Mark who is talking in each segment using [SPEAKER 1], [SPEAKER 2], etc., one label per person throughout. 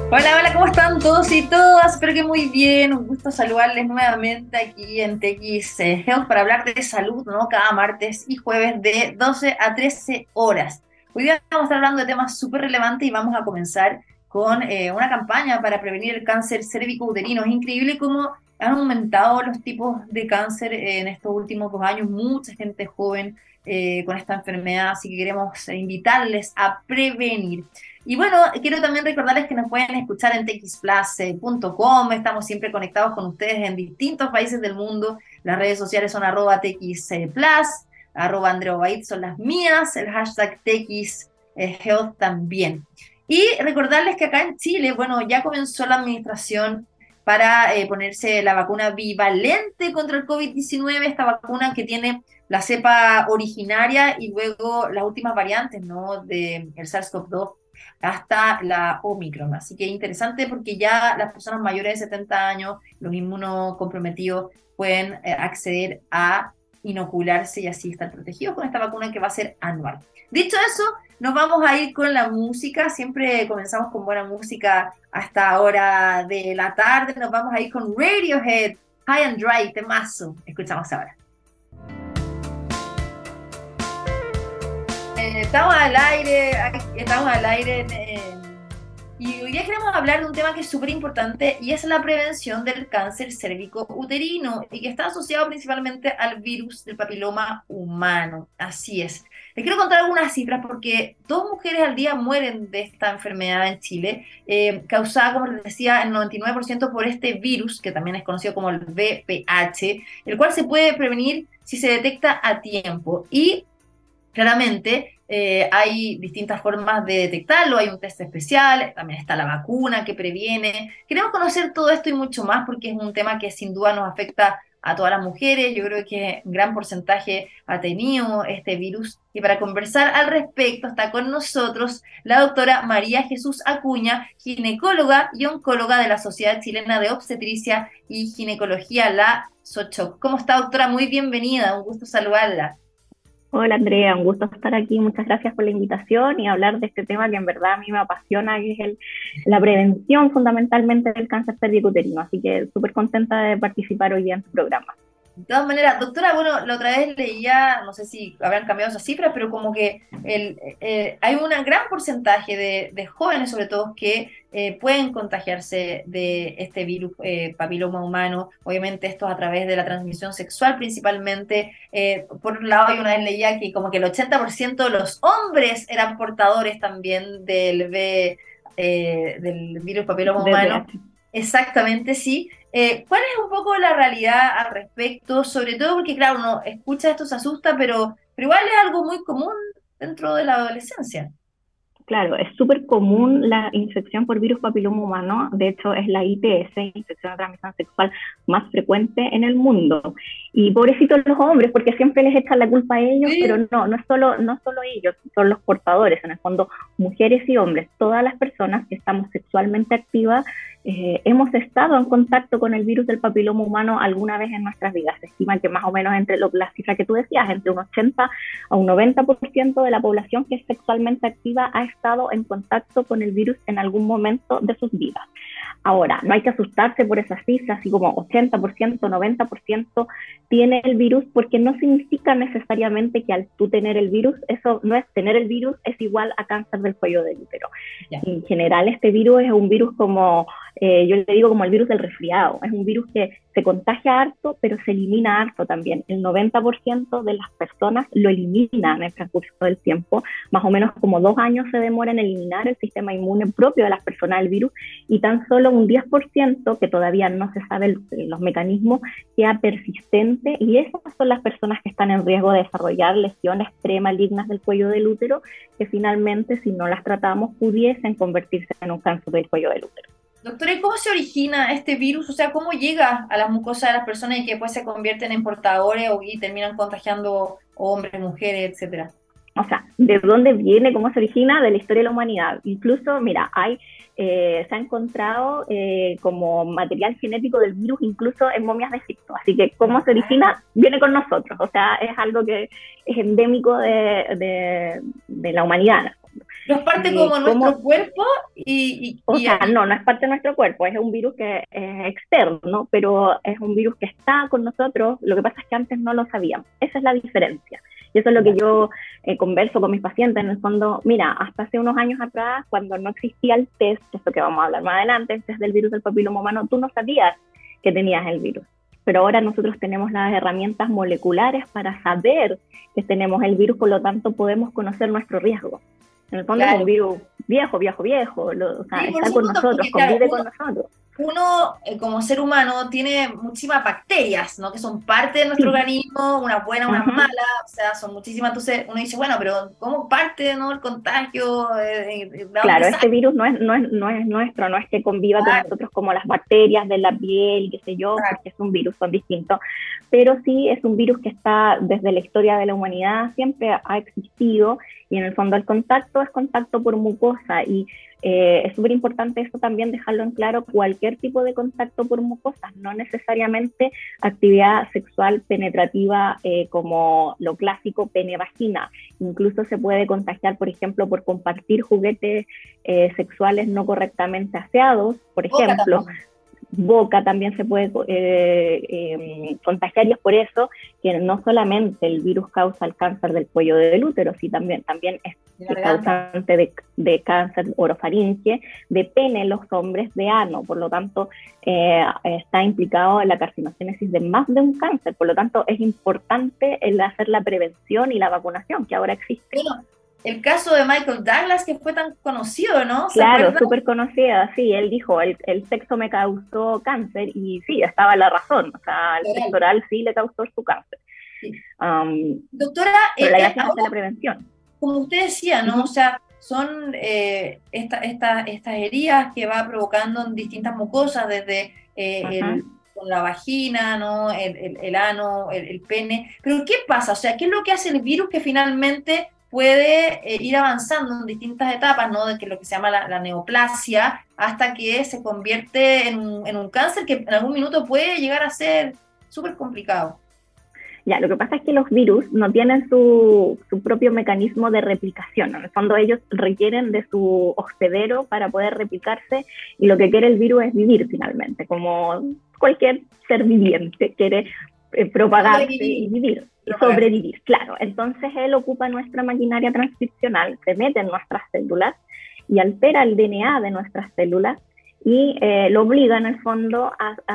[SPEAKER 1] Hola, hola, ¿cómo están todos y todas? Espero que muy bien. Un gusto saludarles nuevamente aquí en TX Health para hablar de salud, ¿no? Cada martes y jueves de 12 a 13 horas. Hoy día vamos a estar hablando de temas súper relevantes y vamos a comenzar con una campaña para prevenir el cáncer cérvico-uterino. Es increíble cómo han aumentado los tipos de cáncer en estos últimos 2 años. Mucha gente joven con esta enfermedad, así que queremos invitarles a prevenir. Y bueno, quiero también recordarles que nos pueden escuchar en txplus.com. Estamos siempre conectados con ustedes en distintos países del mundo. Las redes sociales son @txplus, @andreobait son las mías, el hashtag txhealth también. Y recordarles que acá en Chile, bueno, ya comenzó la administración para ponerse la vacuna bivalente contra el COVID-19, esta vacuna que tiene la cepa originaria y luego las últimas variantes, ¿no? De el SARS-CoV-2 hasta la Omicron. Así que interesante porque ya las personas mayores de 70 años, los inmunocomprometidos, pueden acceder a inocularse y así estar protegidos con esta vacuna que va a ser anual. Dicho eso, nos vamos a ir con la música. Siempre comenzamos con buena música hasta ahora de la tarde. Nos vamos a ir con Radiohead, High and Dry, temazo. Escuchamos ahora. Estamos al aire y hoy día queremos hablar de un tema que es súper importante y es la prevención del cáncer cérvico uterino y que está asociado principalmente al virus del papiloma humano. Así es. Les quiero contar algunas cifras porque 2 mujeres al día mueren de esta enfermedad en Chile, causada, como les decía, el 99% por este virus, que también es conocido como el VPH, el cual se puede prevenir si se detecta a tiempo. Y claramente, hay distintas formas de detectarlo, hay un test especial, también está la vacuna que previene. Queremos conocer todo esto y mucho más porque es un tema que sin duda nos afecta a todas las mujeres. Yo creo que un gran porcentaje ha tenido este virus. Y para conversar al respecto está con nosotros la doctora María Jesús Acuña, ginecóloga y oncóloga de la Sociedad Chilena de Obstetricia y Ginecología, la SOCHOC. ¿Cómo está, doctora? Muy bienvenida, un gusto saludarla.
[SPEAKER 2] Hola Andrea, un gusto estar aquí. Muchas gracias por la invitación y hablar de este tema que en verdad a mí me apasiona, que es la prevención fundamentalmente del cáncer cervicuterino. Así que súper contenta de participar hoy día en tu programa.
[SPEAKER 1] De todas maneras, doctora, bueno, la otra vez leía, no sé si habrán cambiado esas cifras, pero como que hay un gran porcentaje de jóvenes, sobre todo, que pueden contagiarse de este virus papiloma humano. Obviamente esto a través de la transmisión sexual principalmente. Por un lado, yo una vez leía que como que el 80% de los hombres eran portadores también del virus papiloma
[SPEAKER 2] Desde
[SPEAKER 1] humano.
[SPEAKER 2] hace
[SPEAKER 1] Exactamente, sí. ¿Cuál es un poco la realidad al respecto? Sobre todo porque, claro, uno escucha esto, se asusta, pero igual es algo muy común dentro de la adolescencia.
[SPEAKER 2] Claro, es súper común la infección por virus papiloma humano. De hecho, es la ITS, infección de transmisión sexual más frecuente en el mundo. Y pobrecitos los hombres, porque siempre les echan la culpa a ellos, pero
[SPEAKER 1] Sí.
[SPEAKER 2] no solo ellos, son los portadores, en el fondo, mujeres y hombres. Todas las personas que estamos sexualmente activas hemos estado en contacto con el virus del papiloma humano alguna vez en nuestras vidas. Se estima que más o menos entre la cifra que tú decías, entre un 80 a un 90% de la población que es sexualmente activa ha estado en contacto con el virus en algún momento de sus vidas. Ahora, no hay que asustarse por esas cifras, así como 80%, 90% tiene el virus, porque no significa necesariamente que al tú tener el virus, eso no es tener el virus, es igual a cáncer del cuello del útero.
[SPEAKER 1] Ya.
[SPEAKER 2] En general, este virus es un virus como, yo le digo como el virus del resfriado, es un virus que se contagia harto, pero se elimina harto también. El 90% de las personas lo eliminan en el transcurso del tiempo, más o menos como 2 años se demora en eliminar el sistema inmune propio de las personas del virus, y tan solo un 10%, que todavía no se sabe los mecanismos, queda persistente, y esas son las personas que están en riesgo de desarrollar lesiones premalignas del cuello del útero, que finalmente, si no las tratamos, pudiesen convertirse en un cáncer del cuello del útero.
[SPEAKER 1] Doctora, ¿y cómo se origina este virus? O sea, ¿cómo llega a las mucosas de las personas y que después se convierten en portadores y terminan contagiando hombres, mujeres, etcétera?
[SPEAKER 2] O sea, ¿de dónde viene, cómo se origina? De la historia de la humanidad. Incluso, mira, se ha encontrado como material genético del virus incluso en momias de Egipto. Así que cómo se origina viene con nosotros. O sea, es algo que es endémico de la humanidad. mundo.
[SPEAKER 1] Pero es parte como nuestro
[SPEAKER 2] ¿Cómo?
[SPEAKER 1] cuerpo
[SPEAKER 2] O sea, no, no es parte de nuestro cuerpo, es un virus que es externo, pero es un virus que está con nosotros. Lo que pasa es que antes no lo sabíamos. Esa es la diferencia. Y eso es lo que yo converso con mis pacientes. En el fondo, mira, hasta hace unos años atrás, cuando no existía el test, esto que vamos a hablar más adelante, el test del virus del papiloma humano, tú no sabías que tenías el virus. Pero ahora nosotros tenemos las herramientas moleculares para saber que tenemos el virus, por lo tanto podemos conocer nuestro riesgo. En el fondo, claro, es un virus viejo, o sea, sí, está con nosotros, porque, convive, claro, con nosotros.
[SPEAKER 1] Uno, como ser humano, tiene muchísimas bacterias, ¿no? Que son parte de nuestro organismo, unas buenas, unas malas, o sea, son muchísimas. Entonces uno dice, bueno, pero ¿cómo parte, no, el contagio?
[SPEAKER 2] Claro, este virus no es nuestro, no es que conviva con nosotros como las bacterias de la piel, qué sé yo, porque es un virus, son distintos. Pero sí es un virus que está desde la historia de la humanidad, siempre ha existido, y en el fondo el contacto es contacto por mucosa, y es súper importante eso también dejarlo en claro: cualquier tipo de contacto por mucosas, no necesariamente actividad sexual penetrativa como lo clásico pene-vagina. Incluso se puede contagiar, por ejemplo, por compartir juguetes sexuales no correctamente aseados, por ejemplo. Boca también se puede contagiar, y es por eso que no solamente el virus causa el cáncer del cuello del útero, sino también es causante de cáncer orofaringe, de pene en los hombres, de ano. Por lo tanto, está implicado en la carcinogénesis de más de un cáncer. Por lo tanto, es importante el hacer la prevención y la vacunación que ahora existe.
[SPEAKER 1] Bueno, el caso de Michael Douglas, que fue tan conocido, ¿no?
[SPEAKER 2] Claro, súper conocido, sí, él dijo, el sexo me causó cáncer, y sí, estaba la razón, o sea, el sexo oral sí le causó su cáncer. Sí.
[SPEAKER 1] Doctora,
[SPEAKER 2] pero la gracia es la prevención.
[SPEAKER 1] Como usted decía, ¿no? O sea, son estas heridas que va provocando en distintas mucosas, desde con la vagina, ¿no? El ano, el pene. Pero ¿qué pasa? O sea, ¿qué es lo que hace el virus que finalmente puede ir avanzando en distintas etapas, ¿no? De que lo que se llama la neoplasia, hasta que se convierte en un cáncer que en algún minuto puede llegar a ser súper complicado?
[SPEAKER 2] Ya, lo que pasa es que los virus no tienen su propio mecanismo de replicación. En el fondo, ellos requieren de su hospedero para poder replicarse, y lo que quiere el virus es vivir finalmente, como cualquier ser viviente quiere propagarse y vivir. Sobrevivir, claro. Entonces él ocupa nuestra maquinaria transcripcional, se mete en nuestras células y altera el DNA de nuestras células, y lo obliga en el fondo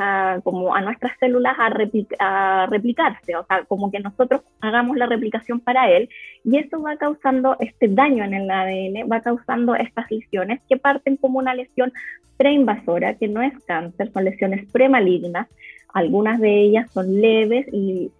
[SPEAKER 2] como a nuestras células a replicarse, o sea, como que nosotros hagamos la replicación para él, y eso va causando este daño en el ADN, va causando estas lesiones que parten como una lesión preinvasora, que no es cáncer, son lesiones premalignas. Algunas de ellas son leves y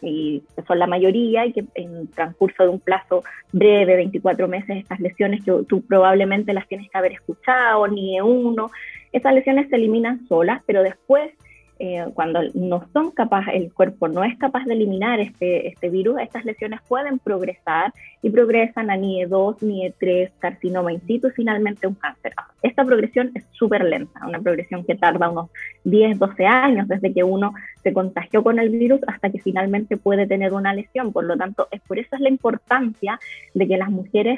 [SPEAKER 2] son la mayoría, y que en el transcurso de un plazo breve, 24 meses, estas lesiones que tú probablemente las tienes que haber escuchado, NIE1, esas lesiones se eliminan solas, pero después, cuando no son capaces, el cuerpo no es capaz de eliminar este virus, estas lesiones pueden progresar, y progresan a NIE2, NIE3, carcinoma in situ, y finalmente un cáncer. Esta progresión es súper lenta, una progresión que tarda unos 10, 12 años desde que uno se contagió con el virus hasta que finalmente puede tener una lesión. Por lo tanto, por eso es la importancia de que las mujeres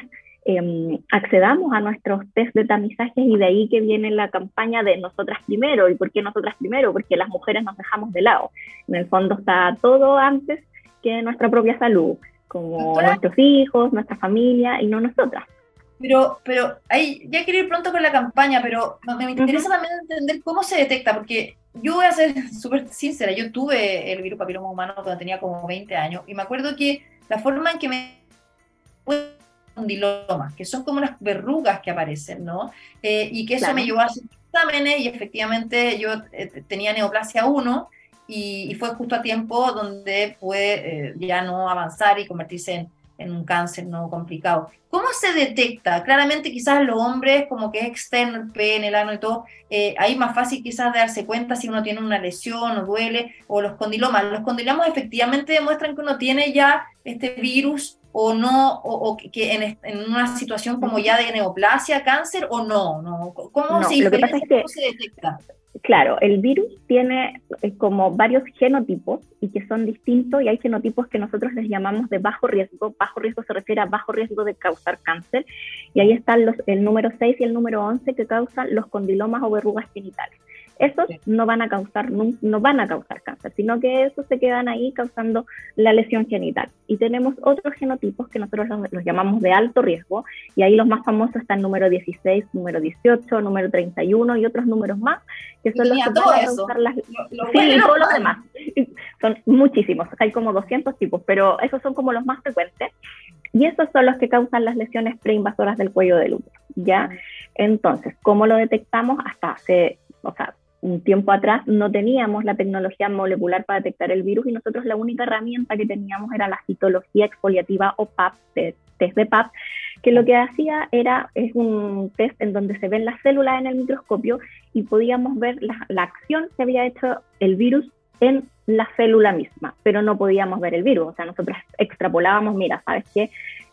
[SPEAKER 2] accedamos a nuestros test de tamizajes, y de ahí que viene la campaña de nosotras primero. ¿Y por qué nosotras primero? Porque las mujeres nos dejamos de lado. En el fondo está todo antes que nuestra propia salud, como ¿doctora? Nuestros hijos, nuestra familia, y no nosotras.
[SPEAKER 1] Pero ahí ya quiero ir pronto con la campaña, pero me interesa también entender cómo se detecta, porque yo voy a ser súper sincera, yo tuve el virus papiloma humano cuando tenía como 20 años, y me acuerdo que la forma en que me condilomas, que son como unas verrugas que aparecen, ¿no? Y que eso me llevó a hacer exámenes, y efectivamente yo tenía neoplasia 1, y fue justo a tiempo donde pude ya no avanzar y convertirse en un cáncer no complicado. ¿Cómo se detecta? Claramente quizás los hombres, como que es externo el pene, el ano y todo, ahí es más fácil quizás darse cuenta si uno tiene una lesión o duele, o los condilomas. ¿Los condilomas efectivamente demuestran que uno tiene ya este virus o no, o que en una situación como ya de neoplasia, cáncer, o no? ¿Cómo se diferencia? ¿Cómo se detecta?
[SPEAKER 2] Claro, el virus tiene como varios genotipos y que son distintos, y hay genotipos que nosotros les llamamos de bajo riesgo. Bajo riesgo se refiere a bajo riesgo de causar cáncer, y ahí están el número 6 y el número 11 que causan los condilomas o verrugas genitales. Esos no van a causar cáncer, sino que esos se quedan ahí causando la lesión genital. Y tenemos otros genotipos que nosotros los llamamos de alto riesgo, y ahí los más famosos están número 16, número 18, número 31 y otros números más, que son los que van a causar las... Sí, y todos los demás. Son muchísimos, hay como 200 tipos, pero esos son como los más frecuentes. Y esos son los que causan las lesiones preinvasoras del cuello del útero, ¿ya? Entonces, ¿cómo lo detectamos? Hasta hace, un tiempo atrás no teníamos la tecnología molecular para detectar el virus, y nosotros la única herramienta que teníamos era la citología exfoliativa o PAP, test de PAP, que lo que hacía es un test en donde se ven las células en el microscopio y podíamos ver la acción que había hecho el virus en la célula misma, pero no podíamos ver el virus. O sea, nosotros extrapolábamos, mira, ¿sabes qué?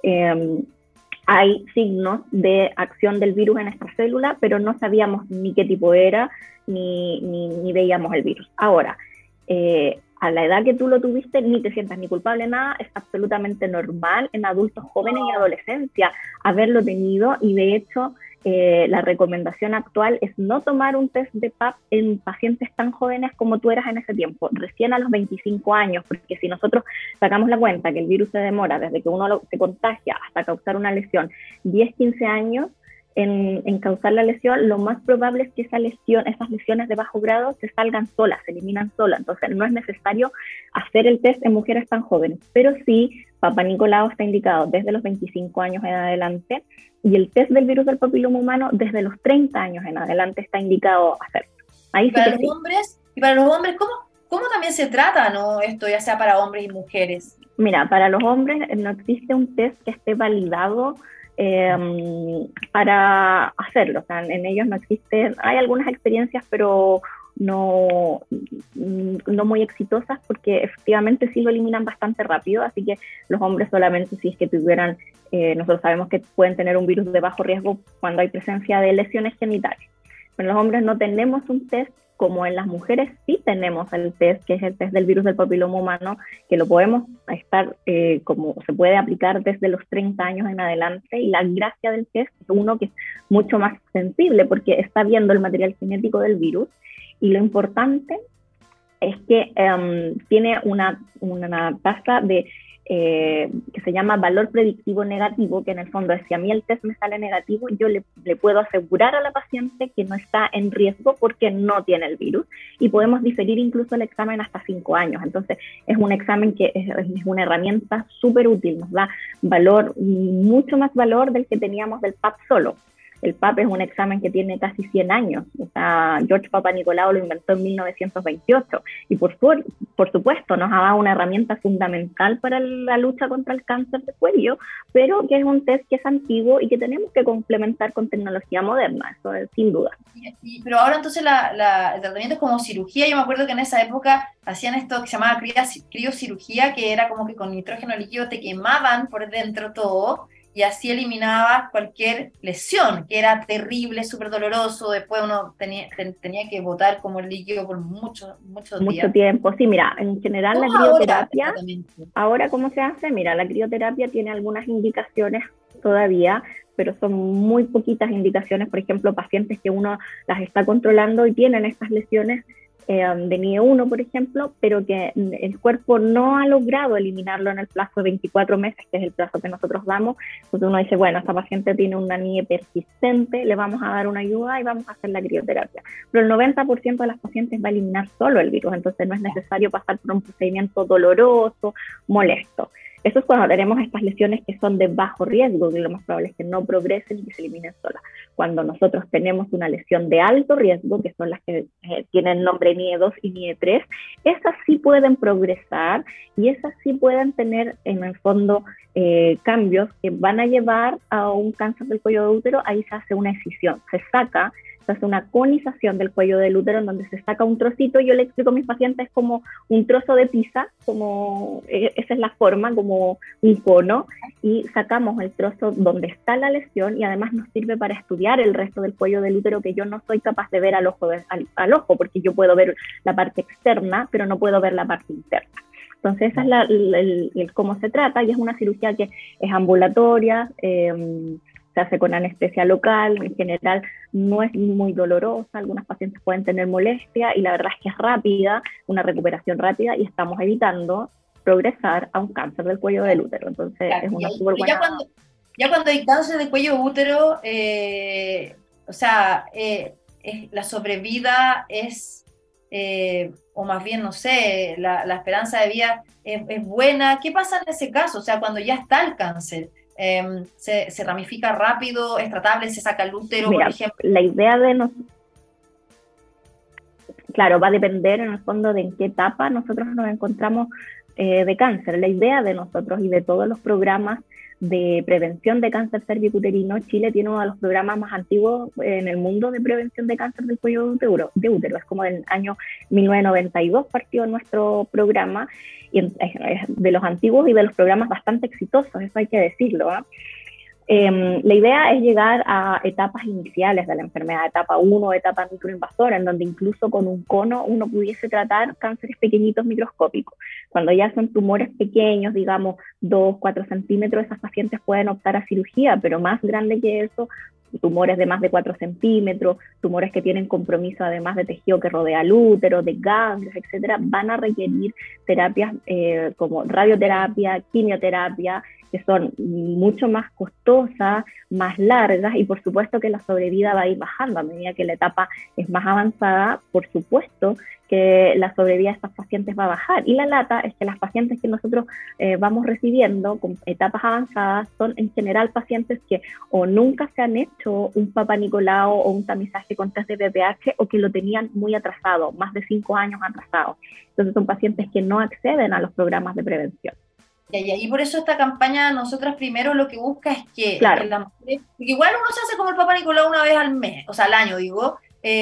[SPEAKER 2] Hay signos de acción del virus en esta célula, pero no sabíamos ni qué tipo era, ni veíamos el virus. Ahora, a la edad que tú lo tuviste, ni te sientas ni culpable, nada, es absolutamente normal en adultos jóvenes y adolescencia haberlo tenido, y de hecho la recomendación actual es no tomar un test de PAP en pacientes tan jóvenes como tú eras en ese tiempo, recién a los 25 años, porque si nosotros sacamos la cuenta que el virus se demora desde que uno se contagia hasta causar una lesión 10, 15 años en causar la lesión, lo más probable es que esas lesiones de bajo grado se salgan solas, se eliminan solas. Entonces no es necesario hacer el test en mujeres tan jóvenes, pero sí, Papá Nicolau está indicado desde los 25 años en adelante, y el test del virus del papiloma humano desde los 30 años en adelante está indicado hacerlo. Ahí sí que sí.
[SPEAKER 1] Y para los hombres, ¿cómo también se trata, no, esto, ya sea para hombres y mujeres?
[SPEAKER 2] Mira, para los hombres no existe un test que esté validado para hacerlo. O sea, en ellos no existe, hay algunas experiencias, pero no muy exitosas, porque efectivamente sí lo eliminan bastante rápido, así que los hombres solamente si es que tuvieran, nosotros sabemos que pueden tener un virus de bajo riesgo cuando hay presencia de lesiones genitales. En los hombres no tenemos un test, como en las mujeres sí tenemos el test, que es el test del virus del papiloma humano, que lo podemos como se puede aplicar desde los 30 años en adelante, y la gracia del test es uno que es mucho más sensible porque está viendo el material genético del virus, y lo importante es que tiene una tasa de que se llama valor predictivo negativo, que en el fondo es, si a mí el test me sale negativo, yo le puedo asegurar a la paciente que no está en riesgo porque no tiene el virus, y podemos diferir incluso el examen hasta 5 años. Entonces es un examen que es una herramienta súper útil, nos da valor, mucho más valor del que teníamos del PAP solo. El PAP es un examen que tiene casi 100 años. O sea, George Papanicolau lo inventó en 1928. Y por supuesto nos ha dado una herramienta fundamental para la lucha contra el cáncer de cuello, pero que es un test que es antiguo y que tenemos que complementar con tecnología moderna, eso es sin duda.
[SPEAKER 1] Pero ahora entonces el tratamiento es como cirugía. Yo me acuerdo que en esa época hacían esto que se llamaba criocirugía, que era como que con nitrógeno líquido te quemaban por dentro todo, y así eliminaba cualquier lesión, que era terrible, súper doloroso. Después uno tenía que botar como el líquido por mucho días.
[SPEAKER 2] Mucho tiempo, sí, mira, en general la crioterapia, ahora ¿cómo se hace? Mira, la crioterapia tiene algunas indicaciones todavía, pero son muy poquitas indicaciones. Por ejemplo, pacientes que uno las está controlando y tienen estas lesiones de NIE1, por ejemplo, pero que el cuerpo no ha logrado eliminarlo en el plazo de 24 meses, que es el plazo que nosotros damos. Entonces uno dice, bueno, esta paciente tiene una NIE persistente, le vamos a dar una ayuda y vamos a hacer la crioterapia. Pero el 90% de las pacientes va a eliminar solo el virus, entonces no es necesario pasar por un procedimiento doloroso, molesto. Eso es cuando tenemos estas lesiones que son de bajo riesgo, que lo más probable es que no progresen y que se eliminen solas. Cuando nosotros tenemos una lesión de alto riesgo, que son las que tienen nombre NIE2 y NIE3, esas sí pueden progresar y esas sí pueden tener en el fondo cambios que van a llevar a un cáncer del cuello de útero. Ahí se hace una excisión, se hace una conización del cuello del útero en donde se saca un trocito. Yo le explico a mis pacientes como un trozo de pizza, como esa es la forma, como como un cono y sacamos el trozo donde está la lesión y además nos sirve para estudiar el resto del cuello del útero que yo no soy capaz de ver al ojo, porque yo puedo ver la parte externa, pero no puedo ver la parte interna. Entonces, esa es el cómo se trata, y es una cirugía que es ambulatoria, se hace con anestesia local, en general no es muy dolorosa, algunas pacientes pueden tener molestia, y la verdad es que es rápida, una recuperación rápida, y estamos evitando progresar a un cáncer del cuello del útero. Entonces, claro, es una súper buena...
[SPEAKER 1] Ya cuando hay cáncer de cuello útero, o sea, la sobrevida es... o más bien, no sé, la esperanza de vida es buena. ¿Qué pasa en ese caso? O sea, cuando ya está el cáncer, ¿se ramifica rápido, es tratable, se saca el útero,
[SPEAKER 2] mira,
[SPEAKER 1] por ejemplo?
[SPEAKER 2] La idea de claro, va a depender en el fondo de en qué etapa nosotros nos encontramos de cáncer. La idea de nosotros y de todos los programas de prevención de cáncer cervicuterino, Chile tiene uno de los programas más antiguos en el mundo de prevención de cáncer del cuello de útero. Es como del año 1992 partió nuestro programa, y es de los antiguos y de los programas bastante exitosos, eso hay que decirlo, ¿eh? La idea es llegar a etapas iniciales de la enfermedad, etapa 1, etapa microinvasora, en donde incluso con un cono uno pudiese tratar cánceres pequeñitos microscópicos. Cuando ya son tumores pequeños, digamos 2, 4 centímetros, esas pacientes pueden optar a cirugía, pero más grande que eso, tumores de más de 4 centímetros, tumores que tienen compromiso además de tejido que rodea el útero, de ganglios, etcétera, van a requerir terapias como radioterapia, quimioterapia, que son mucho más costosas, más largas, y por supuesto que la sobrevida va a ir bajando a medida que la etapa es más avanzada. Por supuesto que la sobrevida de estas pacientes va a bajar, y la lata es que las pacientes que nosotros vamos recibiendo con etapas avanzadas son en general pacientes que o nunca se han hecho un Papa Nicolau o un tamizaje con test de BPH, o que lo tenían muy atrasado, más de 5 años atrasado. Entonces son pacientes que no acceden a los programas de prevención.
[SPEAKER 1] Y por eso esta campaña, nosotras primero lo que busca es que,
[SPEAKER 2] claro,
[SPEAKER 1] las mujeres, porque igual uno se hace como el Papa Nicolau una vez al mes, o sea, al año digo,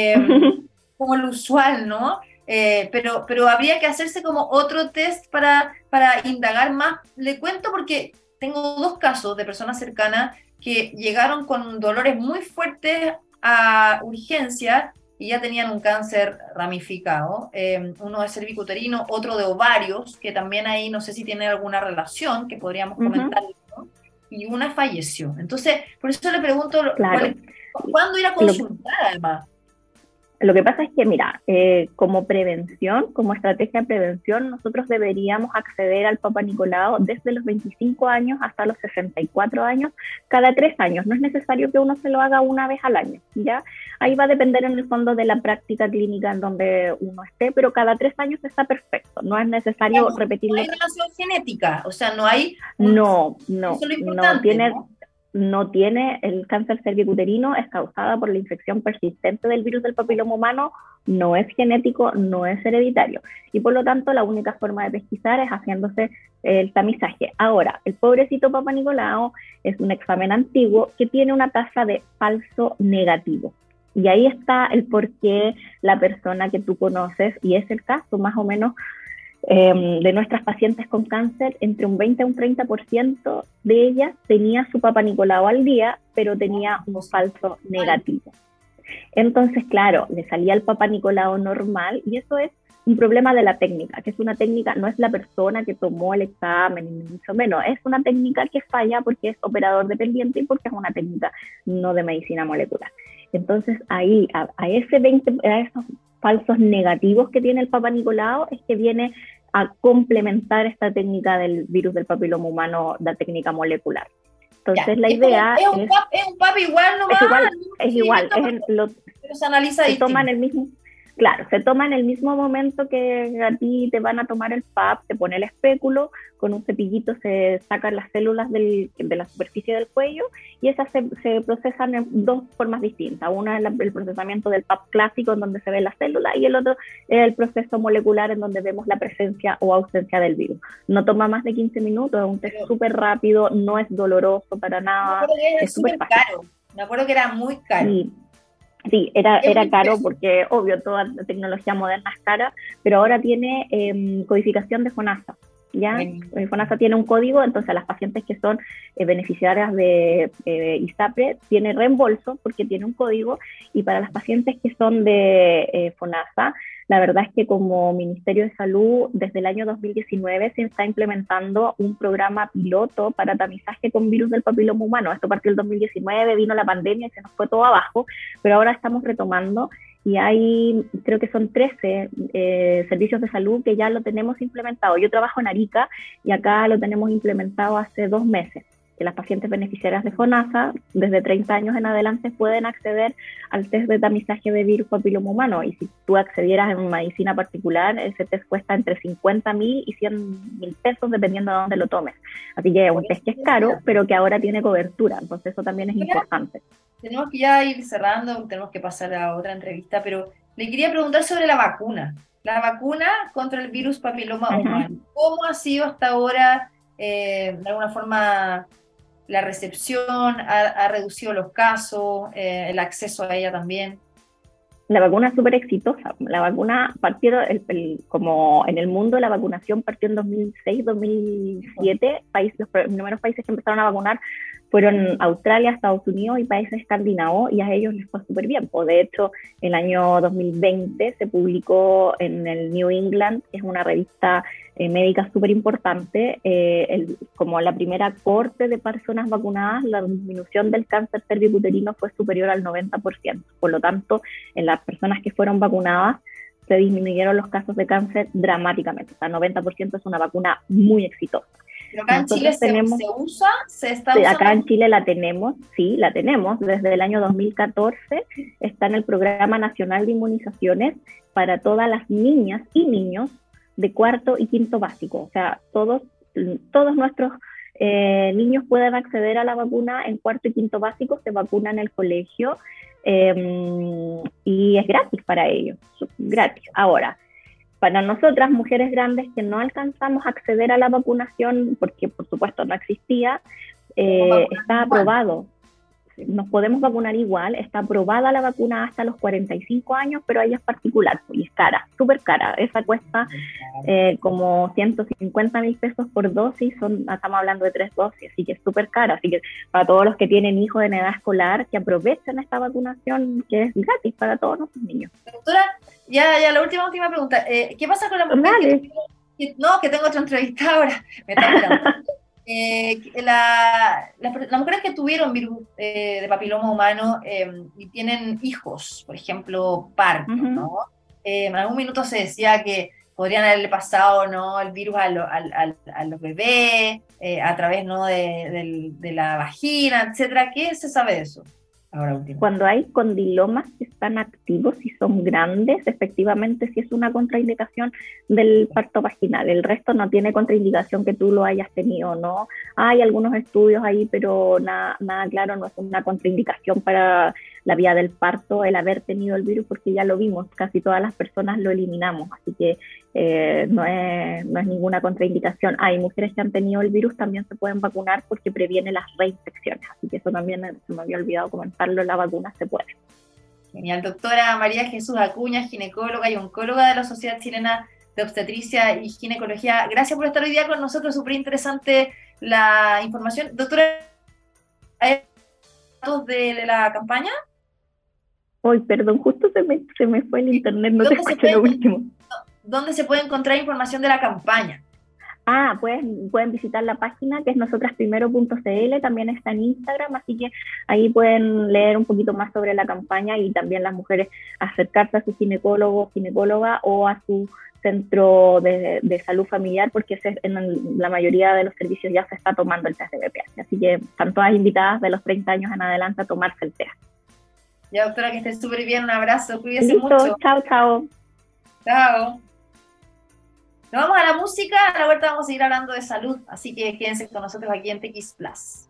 [SPEAKER 1] como lo usual, ¿no? Pero habría que hacerse como otro test para indagar más. Le cuento porque tengo 2 casos de personas cercanas que llegaron con dolores muy fuertes a urgencia y ya tenían un cáncer ramificado, uno de cervicuterino, otro de ovarios, que también ahí no sé si tiene alguna relación, que podríamos comentar, ¿no? Y una falleció. Entonces, por eso le pregunto,
[SPEAKER 2] claro,
[SPEAKER 1] ¿cuándo ir a consultar además?
[SPEAKER 2] Lo que pasa es que, mira, como prevención, como estrategia de prevención, nosotros deberíamos acceder al Papa Nicolau desde los 25 años hasta los 64 años, cada 3 años. No es necesario que uno se lo haga una vez al año, ¿ya? Ahí va a depender en el fondo de la práctica clínica en donde uno esté, pero cada 3 años está perfecto. No es necesario repetirlo.
[SPEAKER 1] No hay relación genética, o sea, no hay...
[SPEAKER 2] No tiene...
[SPEAKER 1] ¿no?
[SPEAKER 2] No tiene, el cáncer cervicuterino es causada por la infección persistente del virus del papiloma humano, no es genético, no es hereditario, y por lo tanto la única forma de pesquisar es haciéndose el tamizaje. Ahora, el pobrecito Papa Nicolau es un examen antiguo que tiene una tasa de falso negativo, y ahí está el por qué la persona que tú conoces, y es el caso más o menos de nuestras pacientes con cáncer, entre un 20 a un 30% de ellas tenía su Papa Nicolau al día, pero tenía un falso negativo. Entonces, claro, le salía el Papa Nicolau normal, y eso es un problema de la técnica, que es una técnica, no es la persona que tomó el examen, ni mucho menos, es una técnica que falla porque es operador dependiente y porque es una técnica no de medicina molecular. Entonces, ahí, a esos falsos negativos que tiene el Papa Nicolau es que viene a complementar esta técnica del virus del papiloma humano, la técnica molecular. Entonces ya, la idea
[SPEAKER 1] es un PAP igual nomás.
[SPEAKER 2] Es igual,
[SPEAKER 1] pero se analiza
[SPEAKER 2] distinto. Toman el mismo. Claro, se toma en el mismo momento que a ti te van a tomar el PAP, te pone el espéculo, con un cepillito se sacan las células de la superficie del cuello, y esas se procesan en 2 formas distintas. Una es el procesamiento del PAP clásico, en donde se ve la célula, y el otro es el proceso molecular, en donde vemos la presencia o ausencia del virus. No toma más de 15 minutos, es un test súper rápido, no es doloroso para nada.
[SPEAKER 1] Es súper caro, me acuerdo que era muy caro.
[SPEAKER 2] Sí, era caro porque, obvio, toda la tecnología moderna es cara, pero ahora tiene codificación de FONASA. ¿ya? FONASA tiene un código, entonces las pacientes que son beneficiarias de ISAPRE tiene reembolso porque tiene un código, y para las pacientes que son de FONASA, la verdad es que como Ministerio de Salud, desde el año 2019 se está implementando un programa piloto para tamizaje con virus del papiloma humano. Esto partió el 2019, vino la pandemia y se nos fue todo abajo, pero ahora estamos retomando y hay, creo que son 13 servicios de salud que ya lo tenemos implementado. Yo trabajo en Arica y acá lo tenemos implementado hace 2 meses, que las pacientes beneficiarias de FONASA, desde 30 años en adelante, pueden acceder al test de tamizaje de virus papiloma humano. Y si tú accedieras en medicina particular, ese test cuesta entre 50.000 y 100.000 pesos, dependiendo de dónde lo tomes. Así que es un test que es caro, pero que ahora tiene cobertura, entonces eso también es importante.
[SPEAKER 1] Tenemos que ya ir cerrando, tenemos que pasar a otra entrevista, pero le quería preguntar sobre la vacuna. La vacuna contra el virus papiloma humano. ¿Cómo ha sido hasta ahora, de alguna forma, la recepción? ¿Ha reducido los casos? ¿El acceso a ella también?
[SPEAKER 2] La vacuna es súper exitosa. La vacuna partió, como en el mundo, la vacunación partió en 2006, 2007. Los primeros países que empezaron a vacunar fueron Australia, Estados Unidos y países escandinavos, y a ellos les fue súper bien. Pues de hecho, el año 2020 se publicó en el New England, que es una revista médica súper importante, como la primera cohorte de personas vacunadas, la disminución del cáncer cervicuterino fue superior al 90%. Por lo tanto, en las personas que fueron vacunadas, se disminuyeron los casos de cáncer dramáticamente. O sea, 90% es una vacuna muy exitosa.
[SPEAKER 1] ¿Pero acá en Chile se usa? ¿Se está usando?
[SPEAKER 2] Acá en Chile la tenemos, sí, la tenemos. Desde el año 2014 está en el Programa Nacional de Inmunizaciones para todas las niñas y niños de 4º y 5º básico. O sea, todos nuestros niños pueden acceder a la vacuna en 4º y 5º básico, se vacunan en el colegio y es gratis para ellos, gratis. Ahora, para nosotras, mujeres grandes que no alcanzamos a acceder a la vacunación, porque por supuesto no existía, está aprobado. Nos podemos vacunar igual, está aprobada la vacuna hasta los 45 años, pero ella es particular y es cara, súper cara. Esa cuesta como 150.000 pesos por dosis, estamos hablando de 3 dosis, así que es súper cara. Así que para todos los que tienen hijos en edad escolar, que aprovechen esta vacunación, que es gratis para todos nuestros niños.
[SPEAKER 1] Doctora, ya la última pregunta. ¿Qué pasa con la mujer que tengo otra entrevista ahora? Me está mirando. Las mujeres que tuvieron virus de papiloma humano y tienen hijos, por ejemplo, parto, ¿no? En algún minuto se decía que podrían haberle pasado, ¿no?, el virus a los bebés, a través, ¿no?, de la vagina, etcétera. ¿Qué se sabe de eso? Ahora último.
[SPEAKER 2] Cuando hay condilomas que están activos y son grandes, efectivamente sí es una contraindicación del parto vaginal. El resto no tiene contraindicación que tú lo hayas tenido, ¿no? Hay algunos estudios ahí, pero nada claro, no es una contraindicación para la vía del parto el haber tenido el virus, porque ya lo vimos, casi todas las personas lo eliminamos, así que no es ninguna contraindicación. Hay mujeres que han tenido el virus, también se pueden vacunar porque previene las reinfecciones, así que eso también se me había olvidado comentarlo, la vacuna se puede.
[SPEAKER 1] Genial. Doctora María Jesús Acuña, ginecóloga y oncóloga de la Sociedad Chilena de Obstetricia y Ginecología, gracias por estar hoy día con nosotros, súper interesante la información. Doctora, ¿hay datos de la campaña?
[SPEAKER 2] Hoy, perdón, justo se me fue el internet, no te escuché lo último.
[SPEAKER 1] ¿Dónde se puede encontrar información de la campaña?
[SPEAKER 2] Pueden visitar la página que es nosotrasprimero.cl, también está en Instagram, así que ahí pueden leer un poquito más sobre la campaña y también las mujeres acercarse a su ginecólogo o ginecóloga o a su centro de salud familiar, porque en la mayoría de los servicios ya se está tomando el test de BPH, así que están todas invitadas de los 30 años en adelante a tomarse el test.
[SPEAKER 1] Ya, doctora, que esté súper bien, un abrazo, cuídese
[SPEAKER 2] Listo,
[SPEAKER 1] mucho.
[SPEAKER 2] Chao.
[SPEAKER 1] Chao. Nos vamos a la música, a la vuelta vamos a seguir hablando de salud, así que quédense con nosotros aquí en TX Plus.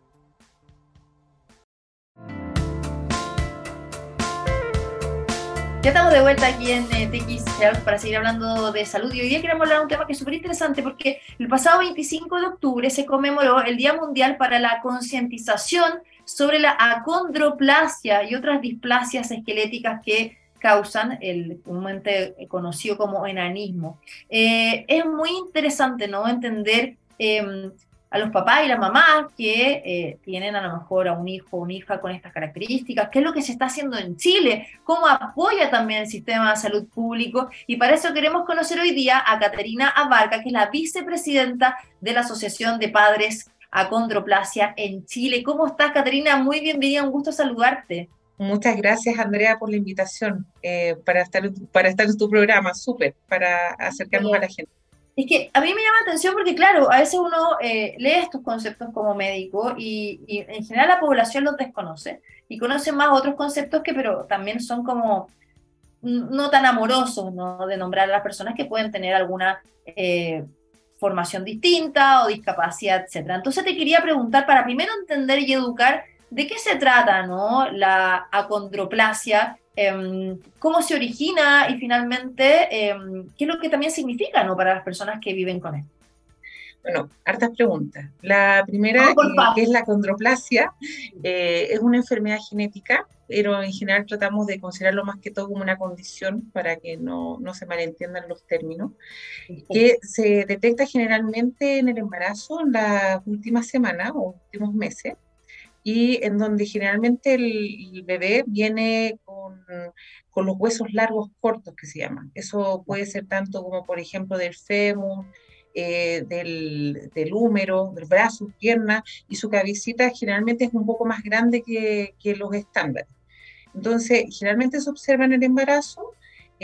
[SPEAKER 1] Ya estamos de vuelta aquí en TX Health para seguir hablando de salud, y hoy día queremos hablar de un tema que es súper interesante porque el pasado 25 de octubre se conmemoró el Día Mundial para la Concientización sobre la Acondroplasia y otras displasias esqueléticas que causan el comúnmente conocido como enanismo. Es muy interesante, ¿no? Entender a los papás y las mamás que tienen a lo mejor a un hijo o una hija con estas características, qué es lo que se está haciendo en Chile, cómo apoya también el sistema de salud público, y para eso queremos conocer hoy día a Caterina Abarca, que es la vicepresidenta de la Asociación de Padres Acondroplasia en Chile. ¿Cómo estás, Caterina? Muy bienvenida, un gusto saludarte.
[SPEAKER 3] Muchas gracias, Andrea, por la invitación para estar en tu programa, súper, para acercarnos a la gente.
[SPEAKER 1] Es que a mí me llama la atención porque, claro, a veces uno lee estos conceptos como médico y en general la población los desconoce y conoce más otros conceptos que, pero también son como no tan amorosos, ¿no? De nombrar a las personas que pueden tener alguna formación distinta o discapacidad, etcétera. Entonces te quería preguntar, para primero entender y educar, ¿de qué se trata, ¿no? La acondroplasia, cómo se origina y finalmente qué es lo que también significa, ¿no? Para las personas que viven con esto.
[SPEAKER 3] Bueno, hartas preguntas. La primera, ¿qué es la acondroplasia? Es una enfermedad genética, pero en general tratamos de considerarlo más que todo como una condición para que no se malentiendan los términos, que se detecta generalmente en el embarazo en las últimas semanas o últimos meses, y en donde generalmente el bebé viene con los huesos largos cortos que se llaman. Eso puede ser tanto como, por ejemplo, del fémur, del húmero, del brazo, pierna, y su cabecita generalmente es un poco más grande que los estándares. Entonces, generalmente se observa en el embarazo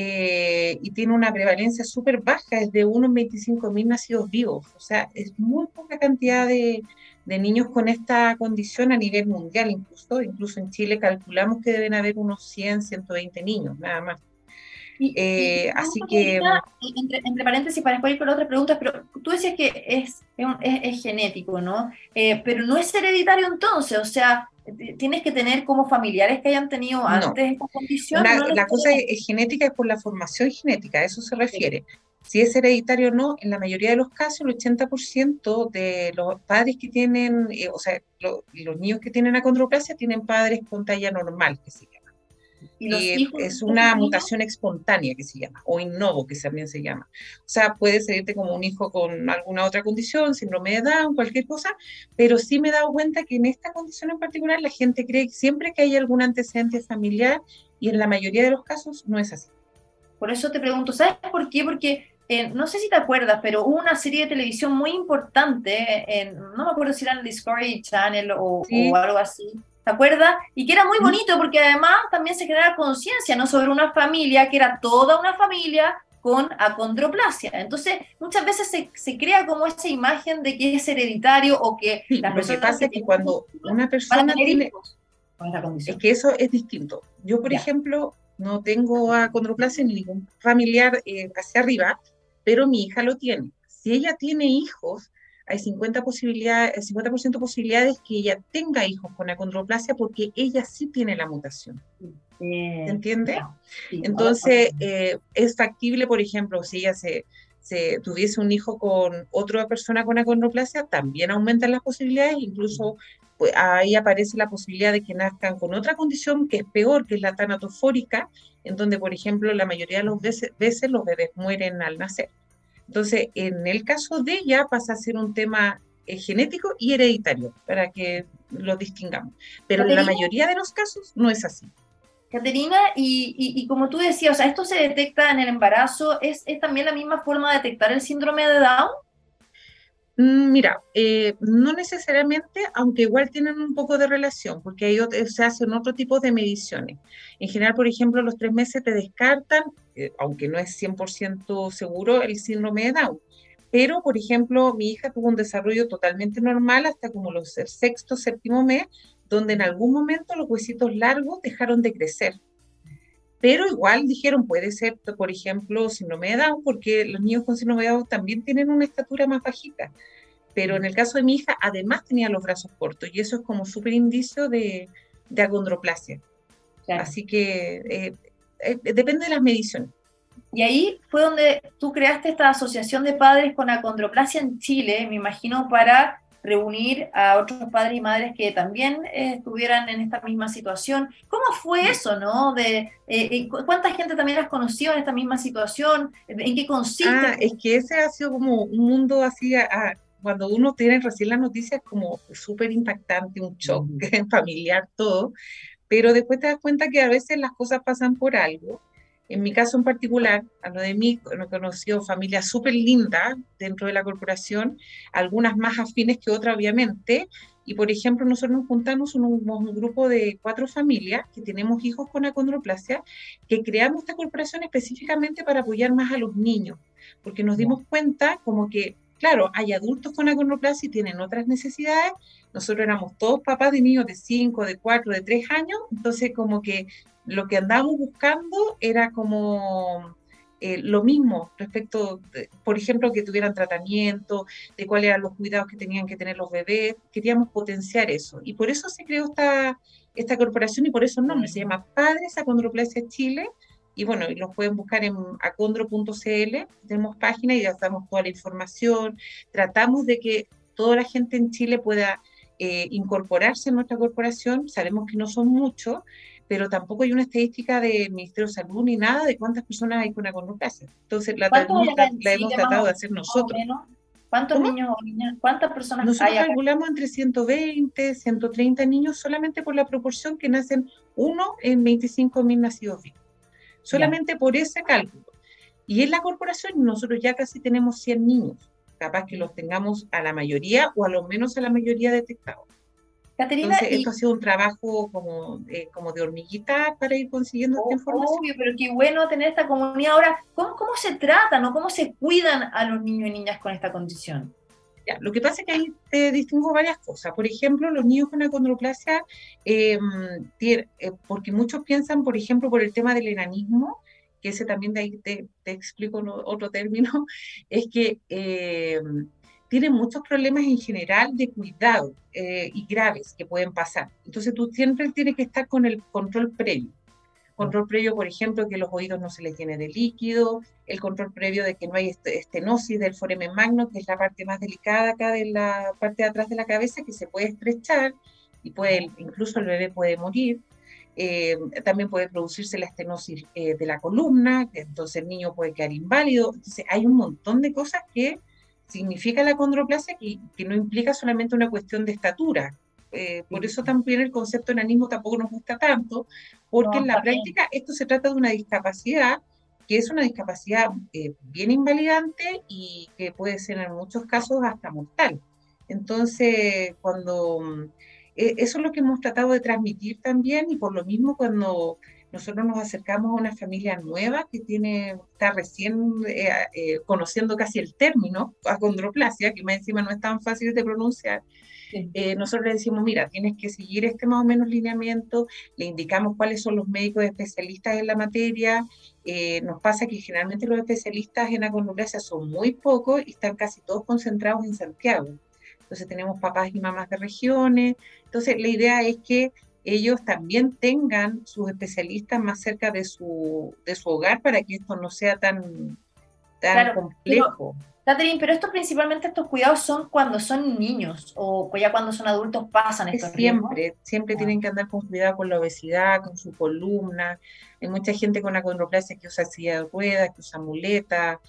[SPEAKER 3] y tiene una prevalencia súper baja, es de 1 en 25.000 nacidos vivos, o sea, es muy poca cantidad de niños con esta condición a nivel mundial, incluso en Chile calculamos que deben haber unos 100, 120 niños, nada más. Así que...
[SPEAKER 1] Entre paréntesis, para después ir con otras preguntas, pero tú decías que es genético, ¿no? Pero no es hereditario entonces, o sea, tienes que tener como familiares que hayan tenido antes esta condición.
[SPEAKER 3] La cosa es genética, es por la formación genética, a eso se refiere. Sí. Si es hereditario o no, en la mayoría de los casos, el 80% de los padres que tienen, los niños que tienen acondroplasia tienen padres con talla normal, que se llama. Y es una mutación espontánea que se llama, o in novo que también se llama. O sea, puede salirte como un hijo con alguna otra condición, síndrome de Down, cualquier cosa, pero sí me he dado cuenta que en esta condición en particular la gente cree que siempre que hay algún antecedente familiar, y en la mayoría de los casos no es así.
[SPEAKER 1] Por eso te pregunto, ¿sabes por qué? Porque no sé si te acuerdas, pero hubo una serie de televisión muy importante, no me acuerdo si era en el Discovery Channel o algo así, ¿te acuerdas? Y que era muy bonito porque además también se genera conciencia, ¿no? Sobre una familia que era toda una familia con acondroplasia. Entonces, muchas veces se crea como esa imagen de que es hereditario o que las
[SPEAKER 3] personas... Lo que pasa es que cuando una persona tiene...
[SPEAKER 1] Con esta condición.
[SPEAKER 3] Es que eso es distinto. Yo, por ejemplo, no tengo acondroplasia ni ningún familiar hacia arriba, pero mi hija lo tiene. Si ella tiene hijos, hay 50% posibilidades que ella tenga hijos con acondroplasia porque ella sí tiene la mutación. ¿Se entiende? Sí, entonces, es factible, por ejemplo, si ella se tuviese un hijo con otra persona con acondroplasia, también aumentan las posibilidades, incluso pues, ahí aparece la posibilidad de que nazcan con otra condición que es peor, que es la tanatofórica, en donde, por ejemplo, la mayoría de las veces los bebés mueren al nacer. Entonces, en el caso de ella pasa a ser un tema genético y hereditario, para que lo distingamos. Pero en la mayoría de los casos no es así.
[SPEAKER 1] Caterina, y como tú decías, o sea, esto se detecta en el embarazo, ¿es también la misma forma de detectar el síndrome de Down?
[SPEAKER 3] Mira, no necesariamente, aunque igual tienen un poco de relación, porque se hacen otro tipo de mediciones. En general, por ejemplo, a los 3 meses te descartan, aunque no es 100% seguro, el síndrome de Down. Pero, por ejemplo, mi hija tuvo un desarrollo totalmente normal hasta como el sexto, séptimo mes, donde en algún momento los huesitos largos dejaron de crecer. Pero igual dijeron, puede ser, por ejemplo, síndrome de Down, porque los niños con síndrome de Down también tienen una estatura más bajita. Pero en el caso de mi hija, además tenía los brazos cortos, y eso es como súper indicio de acondroplasia. Claro. Así que depende de las mediciones.
[SPEAKER 1] Y ahí fue donde tú creaste esta asociación de padres con acondroplasia en Chile, me imagino, para reunir a otros padres y madres que también estuvieran en esta misma situación. ¿Cómo fue eso, no? ¿Cuánta gente también has conocido en esta misma situación? ¿En qué consiste?
[SPEAKER 3] Es que ese ha sido como un mundo así, cuando uno tiene recién las noticias, como súper impactante, un shock familiar, todo, pero después te das cuenta que a veces las cosas pasan por algo. En mi caso en particular, a lo de mí, he conocido familias súper lindas dentro de la corporación, algunas más afines que otras, obviamente. Y, por ejemplo, nosotros nos juntamos un grupo de 4 familias que tenemos hijos con acondroplasia, que creamos esta corporación específicamente para apoyar más a los niños, porque nos dimos cuenta como que, claro, hay adultos con acondroplasia y tienen otras necesidades. Nosotros éramos todos papás de niños de 5, de 4, de 3 años, entonces como que lo que andábamos buscando era como lo mismo respecto, por ejemplo, que tuvieran tratamiento, de cuáles eran los cuidados que tenían que tener los bebés. Queríamos potenciar eso. Y por eso se creó esta corporación y por eso el nombre se llama Padres Acondroplasia Chile. Y bueno, y los pueden buscar en acondro.cl, tenemos página y ya damos toda la información. Tratamos de que toda la gente en Chile pueda incorporarse en nuestra corporación. Sabemos que no son muchos, pero tampoco hay una estadística del Ministerio de Salud ni nada de cuántas personas hay con acondroplasia. Entonces
[SPEAKER 1] ¿Cuántos hay acá en
[SPEAKER 3] la hemos
[SPEAKER 1] Chile,
[SPEAKER 3] tratado de hacer nosotros.
[SPEAKER 1] menos? ¿Cuántos
[SPEAKER 3] ¿Cómo?
[SPEAKER 1] niños o niñas, cuántas personas
[SPEAKER 3] Nosotros
[SPEAKER 1] hay acá?
[SPEAKER 3] calculamos entre 120, 130 niños solamente por la proporción que nacen uno en 25.000 nacidos vivos. Solamente por ese cálculo. Y en la corporación nosotros ya casi tenemos 100 niños. Capaz que los tengamos a la mayoría o a lo menos a la mayoría detectados.
[SPEAKER 1] Caterina,
[SPEAKER 3] Entonces, esto ha sido un trabajo como de hormiguita para ir consiguiendo esta información.
[SPEAKER 1] obvio, pero qué bueno tener esta comunidad. Ahora, ¿cómo se tratan o cómo se cuidan a los niños y niñas con esta condición?
[SPEAKER 3] Ya, lo que pasa es que ahí te distingo varias cosas. Por ejemplo, los niños con acondroplasia, porque muchos piensan, por ejemplo, por el tema del enanismo, que ese también de ahí te explico otro término, es que tienen muchos problemas en general de cuidado y graves que pueden pasar. Entonces tú siempre tienes que estar con el control previo. Control previo, por ejemplo, que los oídos no se les llene de líquido, el control previo de que no hay estenosis del foramen magno, que es la parte más delicada acá de la parte de atrás de la cabeza, que se puede estrechar y incluso el bebé puede morir. También puede producirse la estenosis de la columna, que entonces el niño puede quedar inválido. Entonces hay un montón de cosas que significa la acondroplasia que no implica solamente una cuestión de estatura. Por eso también el concepto de enanismo tampoco nos gusta tanto, porque en la práctica esto se trata de una discapacidad que es una discapacidad bien invalidante y que puede ser en muchos casos hasta mortal. Entonces, eso es lo que hemos tratado de transmitir también, y por lo mismo cuando nosotros nos acercamos a una familia nueva que está recién conociendo casi el término acondroplasia, que más encima no es tan fácil de pronunciar. Sí. Nosotros le decimos, mira, tienes que seguir este más o menos lineamiento, le indicamos cuáles son los médicos especialistas en la materia. Nos pasa que generalmente los especialistas en acondroplasia son muy pocos y están casi todos concentrados en Santiago. Entonces tenemos papás y mamás de regiones. Entonces la idea es que ellos también tengan sus especialistas más cerca de su hogar para que esto no sea tan complejo.
[SPEAKER 1] Catherine, pero estos cuidados son cuando son niños o ya cuando son adultos pasan estos
[SPEAKER 3] Siempre tienen que andar con cuidado con la obesidad, con su columna. Hay mucha gente con acondroplasia que usa silla de ruedas, que usa muletas.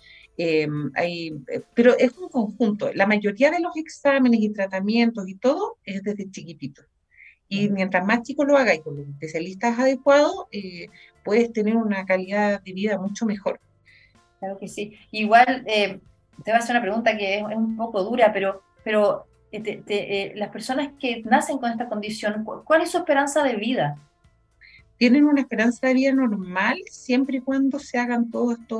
[SPEAKER 3] Pero es un conjunto. La mayoría de los exámenes y tratamientos y todo es desde chiquitito. Y mientras más chico lo haga y con los especialistas adecuados, puedes tener una calidad de vida mucho mejor.
[SPEAKER 1] Claro que sí. Igual te voy a hacer una pregunta que es un poco dura, pero las personas que nacen con esta condición, ¿cuál es su esperanza de vida?
[SPEAKER 3] Tienen una esperanza de vida normal siempre y cuando se hagan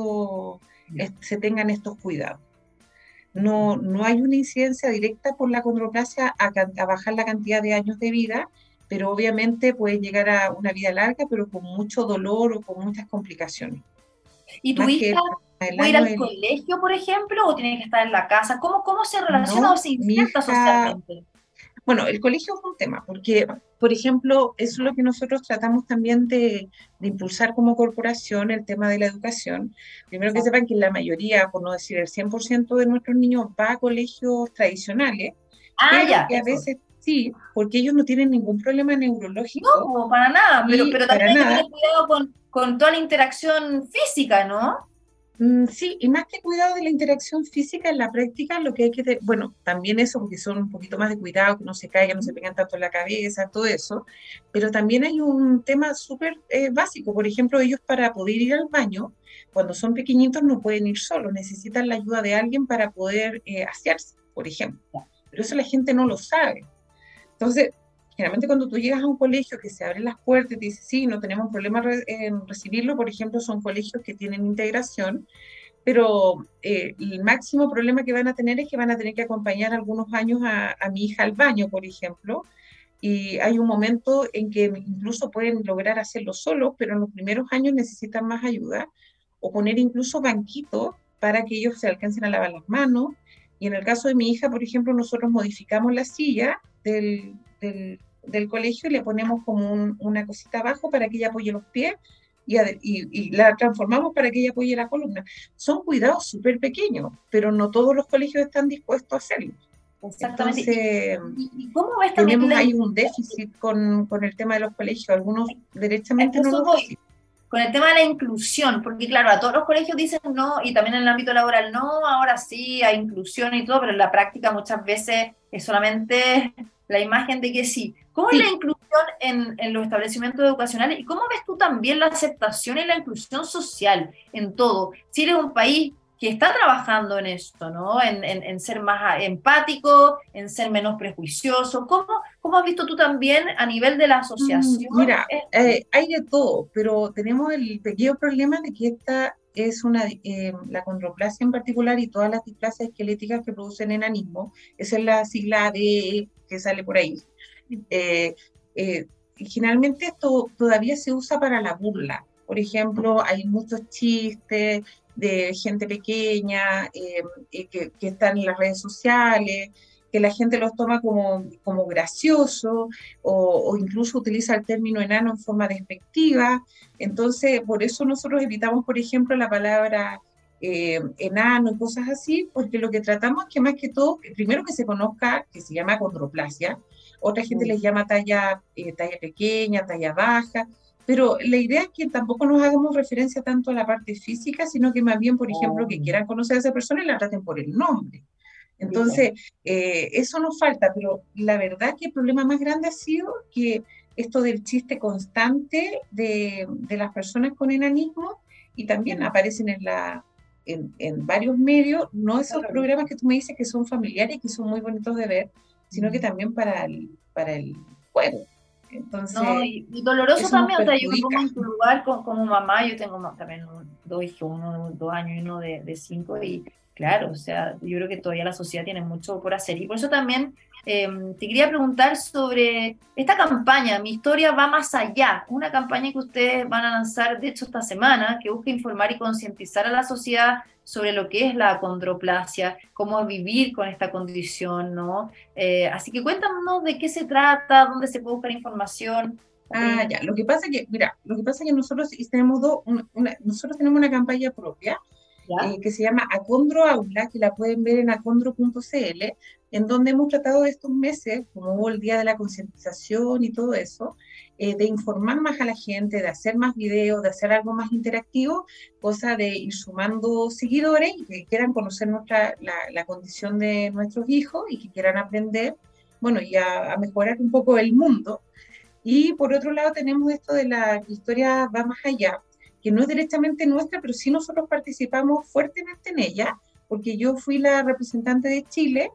[SPEAKER 3] se tengan estos cuidados. No hay una incidencia directa por la acondroplasia a bajar la cantidad de años de vida, pero obviamente puede llegar a una vida larga, pero con mucho dolor o con muchas complicaciones.
[SPEAKER 1] ¿Y tu hija puede ir al colegio, por ejemplo, o tiene que estar en la casa? ¿Cómo se relaciona o se inserta socialmente?
[SPEAKER 3] Bueno, el colegio es un tema, porque, por ejemplo, eso es lo que nosotros tratamos también de impulsar como corporación, el tema de la educación. Primero que sepan que la mayoría, por no decir el 100% de nuestros niños va a colegios tradicionales,
[SPEAKER 1] Ah,
[SPEAKER 3] pero
[SPEAKER 1] ya,
[SPEAKER 3] que a
[SPEAKER 1] eso.
[SPEAKER 3] veces sí, porque ellos no tienen ningún problema neurológico
[SPEAKER 1] No, para nada,
[SPEAKER 3] y
[SPEAKER 1] pero también
[SPEAKER 3] para
[SPEAKER 1] hay que
[SPEAKER 3] nada.
[SPEAKER 1] tener cuidado con toda la interacción física, ¿no?
[SPEAKER 3] Sí, y más que cuidado de la interacción física en la práctica, lo que hay que, bueno, también eso, porque son un poquito más de cuidado, que no se caigan, no se pegan tanto en la cabeza, todo eso, pero también hay un tema súper básico, por ejemplo, ellos para poder ir al baño, cuando son pequeñitos no pueden ir solos, necesitan la ayuda de alguien para poder asearse, por ejemplo, pero eso la gente no lo sabe. Entonces, generalmente cuando tú llegas a un colegio que se abren las puertas y te dice, sí, no tenemos problema en recibirlo, por ejemplo, son colegios que tienen integración, pero el máximo problema que van a tener es que van a tener que acompañar algunos años a mi hija al baño, por ejemplo, y hay un momento en que incluso pueden lograr hacerlo solos, pero en los primeros años necesitan más ayuda, o poner incluso banquitos para que ellos se alcancen a lavar las manos. Y en el caso de mi hija, por ejemplo, nosotros modificamos la silla del colegio y le ponemos como una cosita abajo para que ella apoye los pies y la transformamos para que ella apoye la columna. Son cuidados súper pequeños, pero no todos los colegios están dispuestos a hacerlo.
[SPEAKER 1] Exactamente.
[SPEAKER 3] Entonces,
[SPEAKER 1] ¿Y cómo ves también
[SPEAKER 3] tenemos
[SPEAKER 1] la
[SPEAKER 3] ahí un
[SPEAKER 1] inclusión?
[SPEAKER 3] déficit con el tema de los colegios. Algunos
[SPEAKER 1] Es que
[SPEAKER 3] derechamente no
[SPEAKER 1] eso
[SPEAKER 3] los
[SPEAKER 1] voy,
[SPEAKER 3] reciben.
[SPEAKER 1] con el tema de la inclusión, porque claro, a todos los colegios dicen no, y también en el ámbito laboral no, ahora sí hay inclusión y todo, pero en la práctica muchas veces es solamente la imagen de que sí. ¿Cómo es la
[SPEAKER 3] Sí,
[SPEAKER 1] inclusión en los establecimientos educacionales? ¿Y cómo ves tú también la aceptación y la inclusión social en todo? Chile es un país que está trabajando en esto, ¿no? En ser más empático, en ser menos prejuicioso. ¿Cómo has visto tú también a nivel de la asociación
[SPEAKER 3] Mira,
[SPEAKER 1] esto?
[SPEAKER 3] hay de todo, pero tenemos el pequeño problema de que esta es la condroplasia en particular y todas las displasias esqueléticas que producen enanismo, esa es la sigla ADE que sale por ahí. Eh, y generalmente esto todavía se usa para la burla. Por ejemplo, hay muchos chistes de gente pequeña que están en las redes sociales, que la gente los toma como gracioso o incluso utiliza el término enano en forma despectiva. Entonces, por eso nosotros evitamos, por ejemplo, la palabra enano y cosas así, porque lo que tratamos es que más que todo, primero que se conozca que se llama condroplasia, otra gente les llama talla pequeña, talla baja, pero la idea es que tampoco nos hagamos referencia tanto a la parte física, sino que más bien, por ejemplo, que quieran conocer a esa persona y la traten por el nombre. Entonces, eso nos falta, pero la verdad que el problema más grande ha sido que esto del chiste constante de las personas con enanismo y también aparecen en varios medios, no esos programas que tú me dices que son familiares, que son muy bonitos de ver, sino que también para el juego.
[SPEAKER 1] No,
[SPEAKER 3] Entonces,
[SPEAKER 1] y doloroso
[SPEAKER 3] eso nos
[SPEAKER 1] también, o sea, yo me
[SPEAKER 3] perjudica.
[SPEAKER 1] pongo en tu lugar como mamá, yo tengo también dos hijos, uno de 2 años y uno de 5, y claro, o sea, yo creo que todavía la sociedad tiene mucho por hacer, y por eso también te quería preguntar sobre esta campaña, Mi Historia Va Más Allá, una campaña que ustedes van a lanzar, de hecho, esta semana, que busca informar y concientizar a la sociedad sobre lo que es la acondroplasia, cómo vivir con esta condición, ¿no? Así que cuéntanos de qué se trata, dónde se puede buscar información.
[SPEAKER 3] Ya, lo que pasa que, mira, lo que pasa que nosotros tenemos nosotros tenemos una campaña propia
[SPEAKER 1] ¿Ya?
[SPEAKER 3] que se llama Acondro Aula, que la pueden ver en acondro.cl, en donde hemos tratado estos meses, como hubo el Día de la Concientización y todo eso, de informar más a la gente, de hacer más videos, de hacer algo más interactivo, cosa de ir sumando seguidores y que quieran conocer la condición de nuestros hijos y que quieran aprender, bueno, y a mejorar un poco el mundo. Y por otro lado tenemos esto de la historia va más allá, que no es directamente nuestra, pero sí nosotros participamos fuertemente en ella, porque yo fui la representante de Chile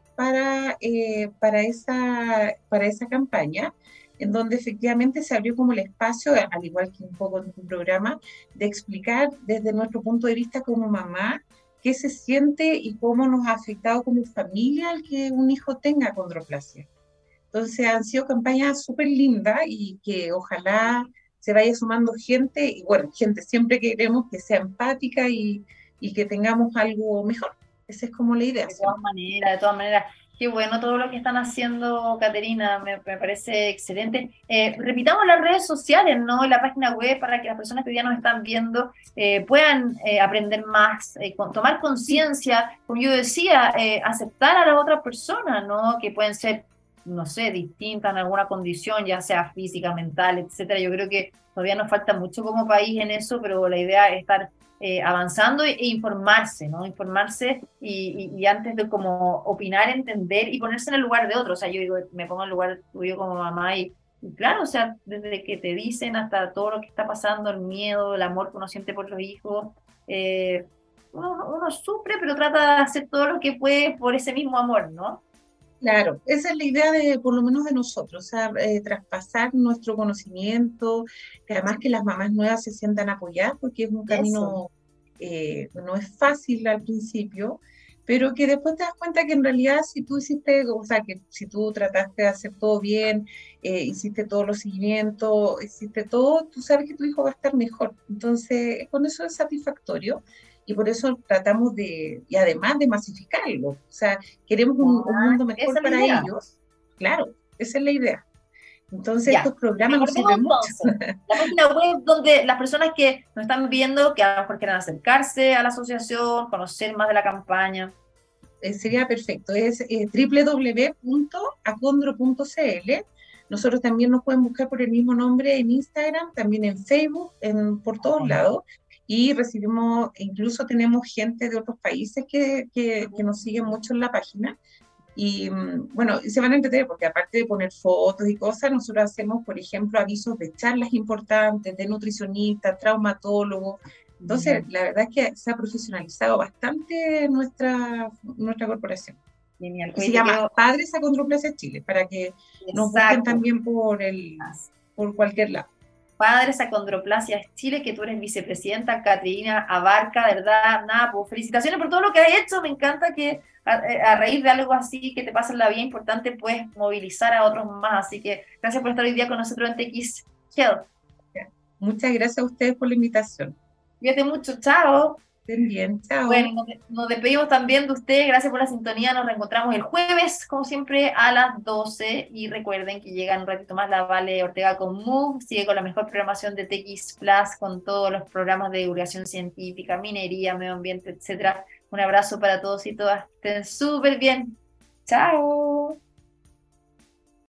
[SPEAKER 3] para esa campaña, en donde efectivamente se abrió como el espacio, al igual que un poco en tu programa, de explicar desde nuestro punto de vista como mamá qué se siente y cómo nos ha afectado como familia el que un hijo tenga condroplasia. Entonces han sido campañas súper lindas y que ojalá se vaya sumando gente, y bueno, gente siempre queremos que sea empática y que tengamos algo mejor. Esa es como la idea
[SPEAKER 1] De todas
[SPEAKER 3] siempre.
[SPEAKER 1] maneras, de todas maneras. Qué bueno todo lo que están haciendo, Caterina, me parece excelente. Repitamos las redes sociales, ¿no? Y la página web para que las personas que hoy día nos están viendo puedan aprender más, tomar conciencia, como yo decía, aceptar a las otras personas, ¿no? Que pueden ser, no sé, distintas en alguna condición, ya sea física, mental, etcétera. Yo creo que todavía nos falta mucho como país en eso, pero la idea es estar avanzando e informarse, ¿no? Informarse y antes de como opinar, entender y ponerse en el lugar de otro. O sea, yo digo, me pongo en el lugar tuyo como mamá y claro, o sea, desde que te dicen hasta todo lo que está pasando, el miedo, el amor que uno siente por los hijos, uno sufre, pero trata de hacer todo lo que puede por ese mismo amor, ¿no?
[SPEAKER 3] Claro, esa es la idea de, por lo menos de nosotros, o sea, traspasar nuestro conocimiento, que además que las mamás nuevas se sientan apoyadas, porque es un
[SPEAKER 1] Eso,
[SPEAKER 3] camino, no es fácil al principio, pero que después te das cuenta que en realidad si tú hiciste, o sea, que si tú trataste de hacer todo bien, hiciste todos los seguimientos, hiciste todo, tú sabes que tu hijo va a estar mejor. Entonces, con eso es satisfactorio. Y por eso tratamos de, y además de masificarlo, o sea, queremos un mundo mejor
[SPEAKER 1] esa es la
[SPEAKER 3] para
[SPEAKER 1] idea.
[SPEAKER 3] ellos, claro, esa es la idea. Entonces estos
[SPEAKER 1] Ya,
[SPEAKER 3] programas nos
[SPEAKER 1] recordemos
[SPEAKER 3] sirven mucho.
[SPEAKER 1] entonces la página web donde las personas que nos están viendo, que a lo mejor quieran acercarse a la asociación, conocer más de la campaña.
[SPEAKER 3] Sería perfecto, es www.acondro.cl. Nosotros también nos pueden buscar por el mismo nombre en Instagram, también en Facebook, por todos lados. Y recibimos, incluso tenemos gente de otros países que nos siguen mucho en la página. Y bueno, se van a entretener porque aparte de poner fotos y cosas, nosotros hacemos, por ejemplo, avisos de charlas importantes, de nutricionistas, traumatólogos. Entonces, la verdad es que se ha profesionalizado bastante nuestra corporación.
[SPEAKER 1] Genial.
[SPEAKER 3] Y se
[SPEAKER 1] Oye, te
[SPEAKER 3] llama
[SPEAKER 1] quiero.
[SPEAKER 3] Padres Achondroplasia Chile, para que nos busquen
[SPEAKER 1] Exacto.
[SPEAKER 3] también por cualquier lado.
[SPEAKER 1] Padres Achondroplasia Chile, que tú eres vicepresidenta, Caterina Abarca, de verdad, nada, pues felicitaciones por todo lo que has hecho, me encanta que a raíz de algo así que te pasa en la vida importante, puedes movilizar a otros más, así que gracias por estar hoy día con nosotros en TX Health.
[SPEAKER 3] Muchas gracias a ustedes por la invitación.
[SPEAKER 1] Cuídate mucho, chao.
[SPEAKER 3] Estén bien,
[SPEAKER 1] Bueno,
[SPEAKER 3] chao.
[SPEAKER 1] nos despedimos también de usted. Gracias por la sintonía. Nos reencontramos el jueves, como siempre, a las 12. Y recuerden que llega en un ratito más la Vale Ortega con Move. Sigue con la mejor programación de TX Plus, con todos los programas de divulgación científica, minería, medio ambiente, etcétera. Un abrazo para todos y todas. Estén súper bien. Chao.